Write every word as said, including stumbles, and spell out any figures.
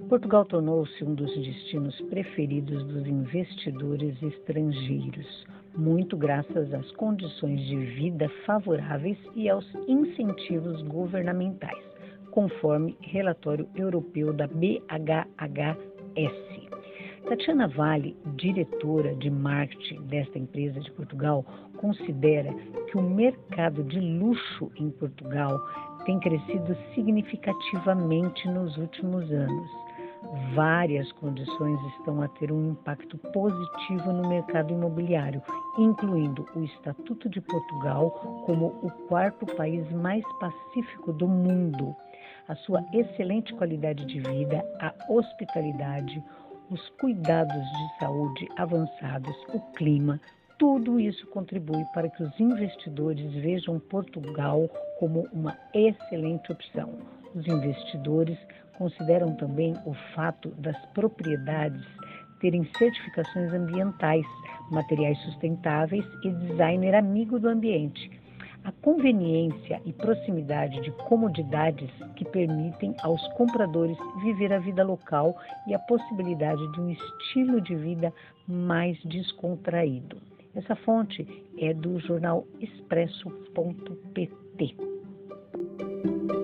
Portugal tornou-se um dos destinos preferidos dos investidores estrangeiros, muito graças às condições de vida favoráveis e aos incentivos governamentais, conforme relatório europeu da B H H S. Tatiana Vale, diretora de marketing desta empresa de Portugal, considera que o mercado de luxo em Portugal tem crescido significativamente nos últimos anos. Várias condições estão a ter um impacto positivo no mercado imobiliário, incluindo o Estatuto de Portugal como o quarto país mais pacífico do mundo, a sua excelente qualidade de vida, a hospitalidade, os cuidados de saúde avançados, o clima. Tudo isso contribui para que os investidores vejam Portugal como uma excelente opção. Os investidores consideram também o fato das propriedades terem certificações ambientais, materiais sustentáveis e designer amigo do ambiente. A conveniência e proximidade de comodidades que permitem aos compradores viver a vida local e a possibilidade de um estilo de vida mais descontraído. Essa fonte é do jornal expresso ponto pt.